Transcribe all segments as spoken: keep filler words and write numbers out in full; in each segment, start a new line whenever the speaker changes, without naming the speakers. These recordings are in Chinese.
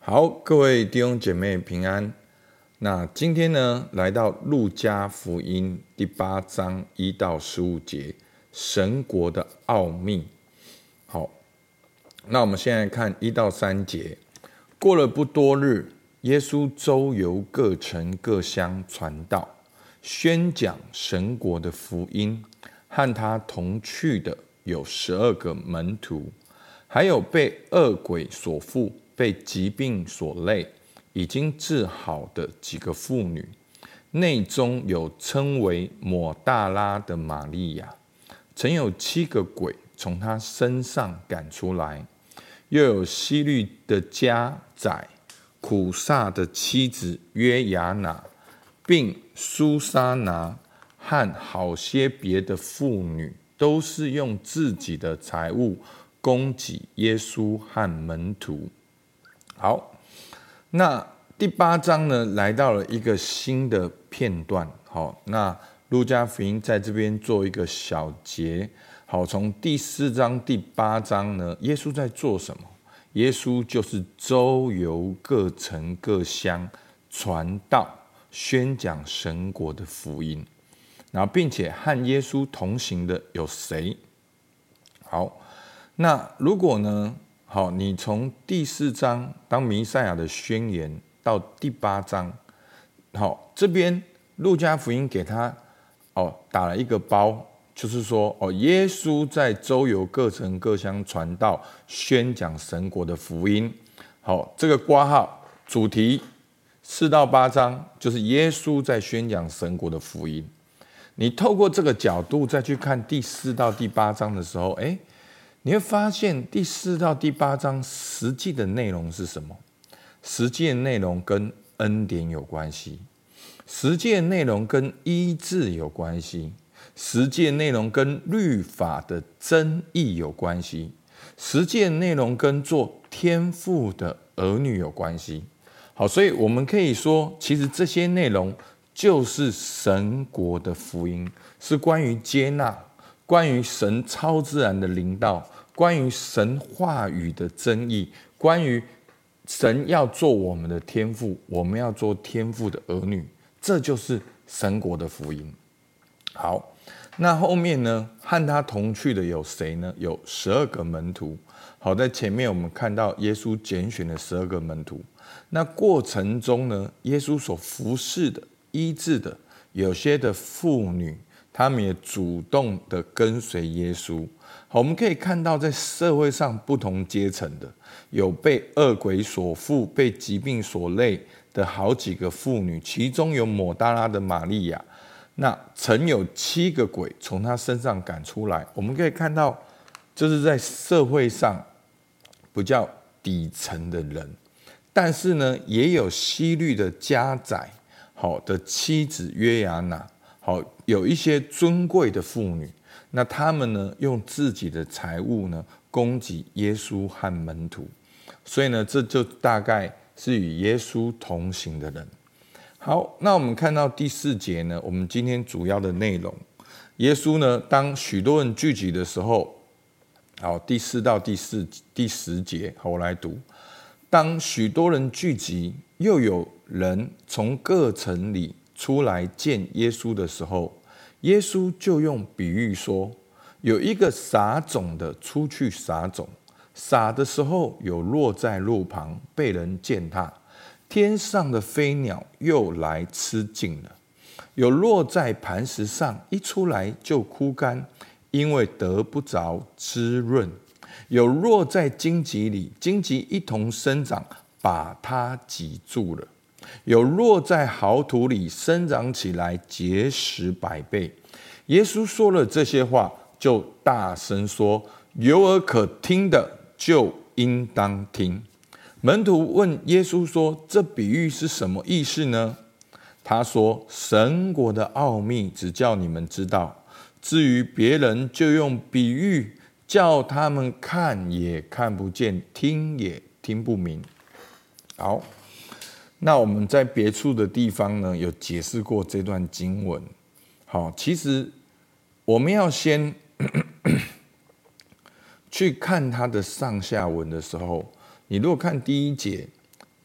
好，各位弟兄姐妹平安。那今天呢，来到路加福音第八章一到十五节，神国的奥秘。好，那我们现在看一到三节。过了不多日，耶稣周游各城各乡传道，宣讲神国的福音。和他同去的有十二个门徒，还有被恶鬼所附、被疾病所累、已经治好的几个妇女，内中有称为抹大拉的玛利亚，曾有七个鬼从她身上赶出来；又有希律的家宰苦撒的妻子约雅拿，并苏珊拿和好些别的妇女，都是用自己的财物供给耶稣和门徒。好，那第八章呢，来到了一个新的片段。好，那路加福音在这边做一个小结。好，从第四章、第八章呢，耶稣在做什么？耶稣就是周游各城各乡，传道、宣讲神国的福音。然后，并且和耶稣同行的有谁？好，那如果呢？好，你从第四章当弥赛亚的宣言到第八章，好，这边路加福音给他哦打了一个包，就是说哦，耶稣在周游各城各乡传道，宣讲神国的福音。好，这个括号主题四到八章就是耶稣在宣讲神国的福音。你透过这个角度再去看第四到第八章的时候，哎，你会发现第四到第八章实际的内容是什么？实际的内容跟恩典有关系，实际的内容跟医治有关系，实际的内容跟律法的争议有关系，实际的内容跟做天父的儿女有关系。好，所以我们可以说，其实这些内容就是神国的福音，是关于接纳，关于神超自然的领导，关于神话语的争议，关于神要做我们的天父，我们要做天父的儿女，这就是神国的福音。好，那后面呢，和他同去的有谁呢？有十二个门徒。好，在前面我们看到耶稣拣选了十二个门徒，那过程中呢，耶稣所服侍的、医治的，有些的妇女，他们也主动的跟随耶稣。好，我们可以看到，在社会上不同阶层的，有被恶鬼所附、被疾病所累的好几个妇女，其中有抹大拉的玛利亚，那曾有七个鬼从她身上赶出来。我们可以看到，就是在社会上比较底层的人，但是呢，也有希律的家宰好的妻子约雅拿，好，有一些尊贵的妇女，那他们呢，用自己的财物呢，供给耶稣和门徒，所以呢，这就大概是与耶稣同行的人。好，那我们看到第四节呢，我们今天主要的内容，耶稣呢，当许多人聚集的时候，好，第四到第四第十节，好，我来读。当许多人聚集，又有人从各城里出来见耶稣的时候，耶稣就用比喻说，有一个撒种的出去撒种，撒的时候有落在路旁，被人践踏，天上的飞鸟又来吃尽了；有落在磐石上，一出来就枯干，因为得不着滋润；有落在荆棘里，荆棘一同生长，把它挤住了；有落在好土里，生长起来，结实百倍。耶稣说了这些话，就大声说：有耳可听的，就应当听。门徒问耶稣说：这比喻是什么意思呢？他说：神国的奥秘只叫你们知道，至于别人就用比喻，叫他们看也看不见，听也听不明。好，那我们在别处的地方呢，有解释过这段经文。好，其实我们要先去看它的上下文的时候，你如果看第一节，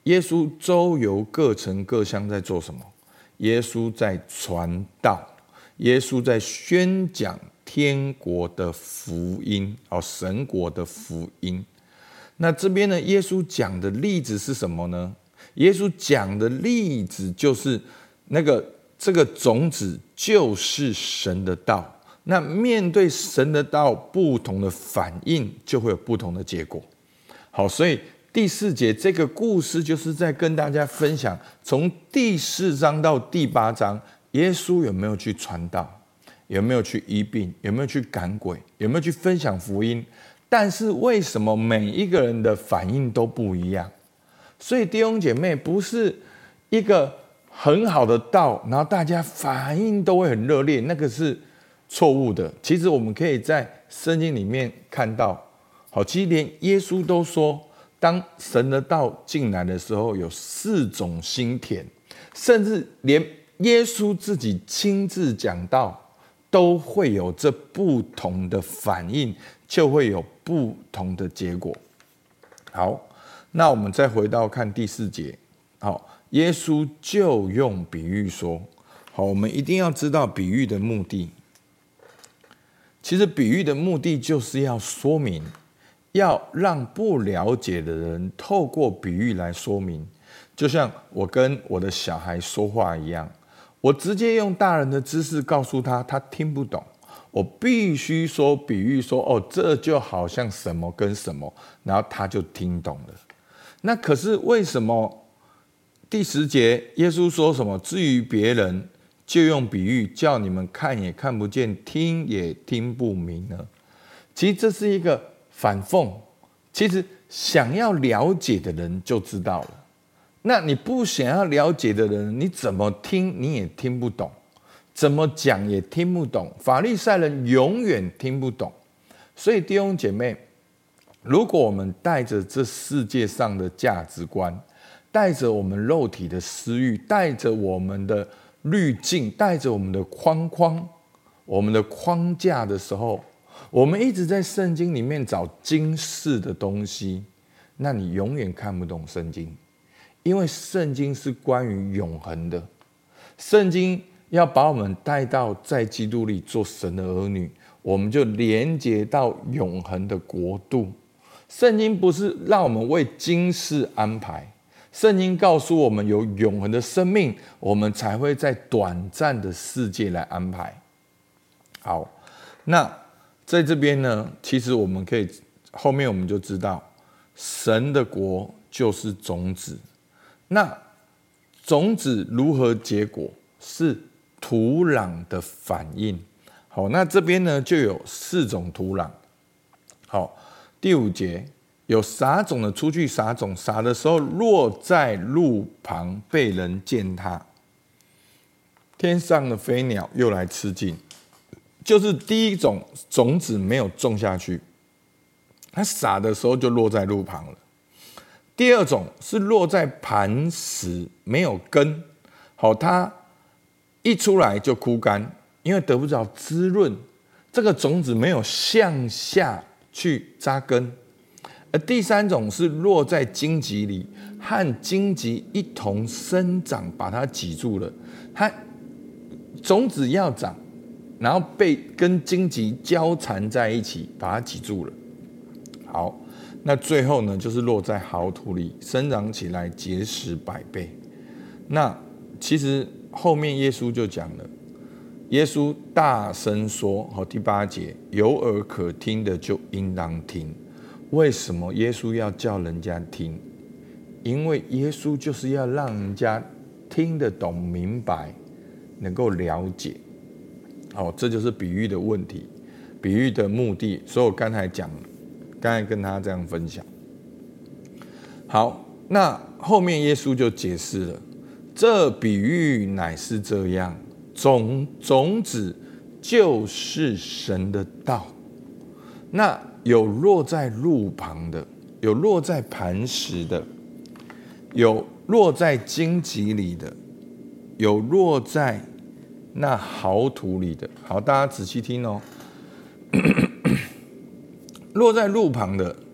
耶稣周游各城各乡，在做什么？耶稣在传道，耶稣在宣讲天国的福音，哦，神国的福音。那这边呢，耶稣讲的例子是什么呢？耶稣讲的例子就是那个这个种子就是神的道。那面对神的道，不同的反应就会有不同的结果。好，所以第四节这个故事就是在跟大家分享，从第四章到第八章，耶稣有没有去传道，有没有去医病，有没有去赶鬼，有没有去分享福音？但是为什么每一个人的反应都不一样？所以弟兄姐妹，不是一个很好的道，然后大家反应都会很热烈，那个是错误的。其实我们可以在圣经里面看到，好，其实连耶稣都说，当神的道进来的时候，有四种心田，甚至连耶稣自己亲自讲道，都会有这不同的反应，就会有不同的结果。好，那我们再回到看第四节。好，耶稣就用比喻说，好，我们一定要知道比喻的目的。其实比喻的目的就是要说明，要让不了解的人透过比喻来说明。就像我跟我的小孩说话一样，我直接用大人的知识告诉他，他听不懂，我必须说比喻说，哦，这就好像什么跟什么，然后他就听懂了。那可是为什么第十节耶稣说什么？至于别人，就用比喻，叫你们看也看不见，听也听不明呢？其实这是一个反讽。其实想要了解的人就知道了，那你不想要了解的人，你怎么听你也听不懂，怎么讲也听不懂。法利赛人永远听不懂。所以弟兄姐妹，如果我们带着这世界上的价值观，带着我们肉体的私欲，带着我们的滤镜，带着我们的框框，我们的框架的时候，我们一直在圣经里面找今世的东西，那你永远看不懂圣经。因为圣经是关于永恒的，圣经要把我们带到在基督里做神的儿女，我们就连接到永恒的国度。圣经不是让我们为今世安排，圣经告诉我们有永恒的生命，我们才会在短暂的世界来安排。好，那在这边呢，其实我们可以后面我们就知道，神的国就是种子。那种子如何结果？是土壤的反应。好，那这边呢就有四种土壤。好，第五节，有撒种的出去撒种，撒的时候落在路旁，被人践踏，天上的飞鸟又来吃尽。就是第一种种子没有种下去，它撒的时候就落在路旁了。第二种是落在磐石，没有根，好，它一出来就枯干，因为得不着滋润，这个种子没有向下去扎根。而第三种是落在荆棘里，和荆棘一同生长，把它挤住了。它种子要长，然后被跟荆棘交缠在一起，把它挤住了。好，那最后呢，就是落在好土里，生长起来，结实百倍。那其实后面耶稣就讲了，耶稣大声说，好，第八节，有耳可听的就应当听。为什么耶稣要叫人家听？因为耶稣就是要让人家听得懂、明白，能够了解。好，这就是比喻的问题，比喻的目的。所以我刚才讲，刚才跟他这样分享。好，那后面耶稣就解释了，这比喻乃是这样，种种子就是神的道。那有落在路旁的，有落在磐石的，有落在荆棘里的，有落在那好土里的。好，大家仔细听哦。落在路旁的，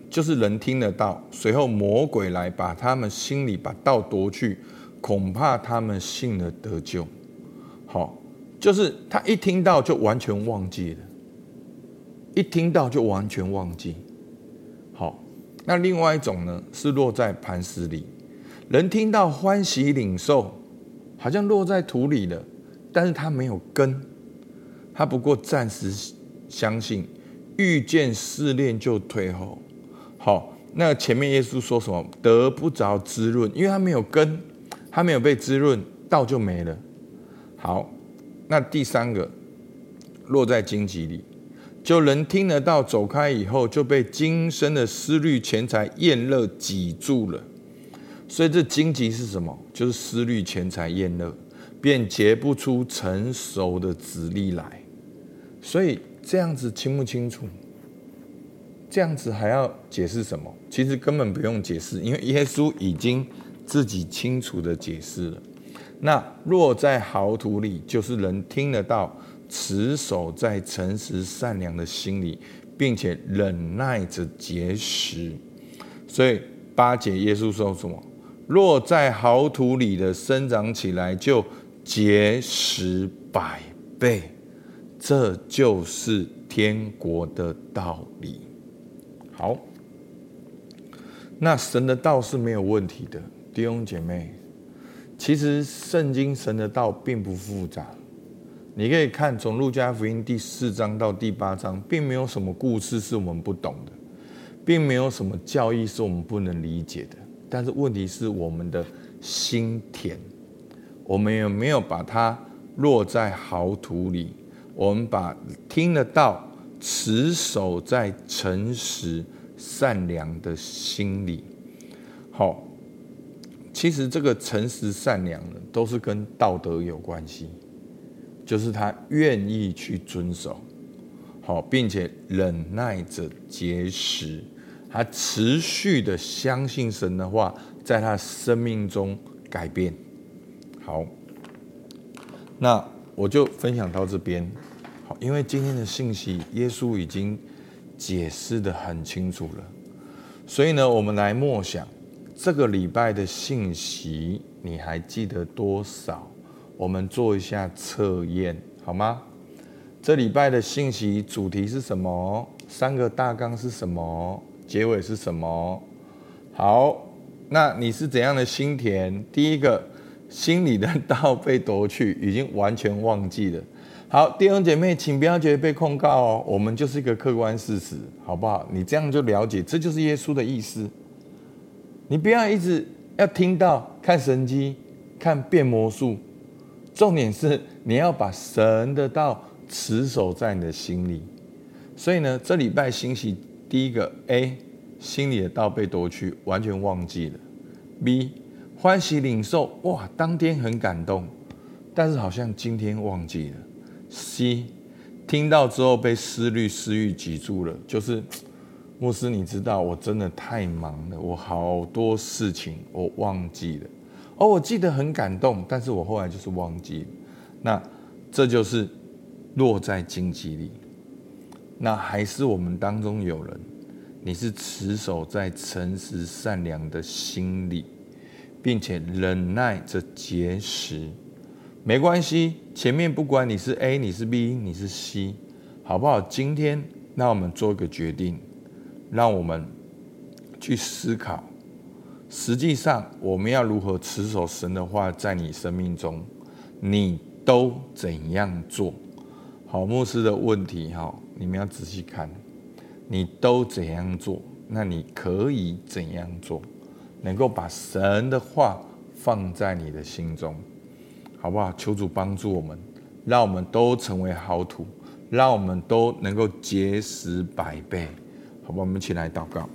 就是人听得到，随后魔鬼来把他们心里把道夺去，恐怕他们信了得救。好，就是他一听到就完全忘记了，一听到就完全忘记。好，那另外一种呢，是落在磐石里，人听到欢喜领受，好像落在土里了，但是他没有根，他不过暂时相信，遇见试炼就退后。好，那前面耶稣说什么？得不着滋润，因为他没有根，他没有被滋润，道就没了。好，那第三个落在荆棘里，就人听得到，走开以后就被今生的思虑、钱财、厌乐挤住了。所以这荆棘是什么？就是思虑、钱财、厌乐，便结不出成熟的子粒来。所以这样子清不清楚？这样子还要解释什么？其实根本不用解释，因为耶稣已经自己清楚的解释了。那落在好土里，就是人听得到，持守在诚实善良的心里，并且忍耐着结实。所以八节耶稣说什么？落在好土里的生长起来，就结实百倍。这就是天国的道理。好，那神的道是没有问题的，弟兄姐妹。其实圣经神的道并不复杂，你可以看从路加福音第四章到第八章，并没有什么故事是我们不懂的，并没有什么教义是我们不能理解的。但是问题是我们的心田，我们有没有把它落在好土里？我们把听得到，持守在诚实善良的心里。好，其实这个诚实善良呢，都是跟道德有关系，就是他愿意去遵守，好，并且忍耐着结实，他持续的相信神的话，在他生命中改变。好，那我就分享到这边。好，因为今天的信息，耶稣已经解释得很清楚了，所以呢，我们来默想这个礼拜的信息，你还记得多少？我们做一下测验，好吗？这礼拜的信息主题是什么？三个大纲是什么？结尾是什么？好，那你是怎样的心田？第一个，心里的道被夺去，已经完全忘记了。好，弟兄姐妹，请不要觉得被控告哦，我们就是一个客观事实，好不好？你这样就了解，这就是耶稣的意思。你不要一直要听到看神迹、看变魔术，重点是你要把神的道持守在你的心里。所以呢，这礼拜信息第一个 A， 心里的道被夺去，完全忘记了。B， 欢喜领受，哇，当天很感动，但是好像今天忘记了。C， 听到之后被思虑私欲挤住了，就是牧师，你知道我真的太忙了，我好多事情我忘记了。哦，我记得很感动，但是我后来就是忘记了。那这就是落在荆棘里。那还是我们当中有人，你是持守在诚实善良的心里，并且忍耐着结实。没关系，前面不管你是 A， 你是 B， 你是 C， 好不好？今天让我们做一个决定，让我们去思考，实际上我们要如何持守神的话，在你生命中，你都怎样做？好，牧师的问题，你们要仔细看，你都怎样做？那你可以怎样做？能够把神的话放在你的心中。好不好？求主帮助我们，让我们都成为好土，让我们都能够结实百倍。好吧，我们一起来祷告。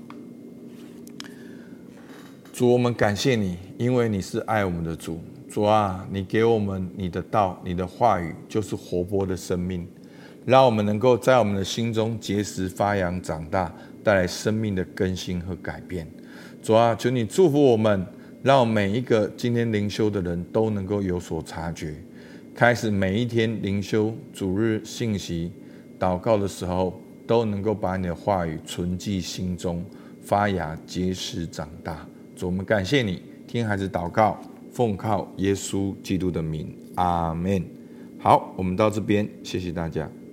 主，我们感谢你，因为你是爱我们的主。主啊，你给我们你的道，你的话语就是活泼的生命，让我们能够在我们的心中结实发扬长大，带来生命的更新和改变。主啊，求你祝福我们，让每一个今天灵修的人都能够有所察觉，开始每一天灵修主日信息祷告的时候，都能够把你的话语存记心中， 发芽结实长大。主，我们感谢你，听孩子祷告，奉靠耶稣基督的名，阿们。好，我们到这边，谢谢大家。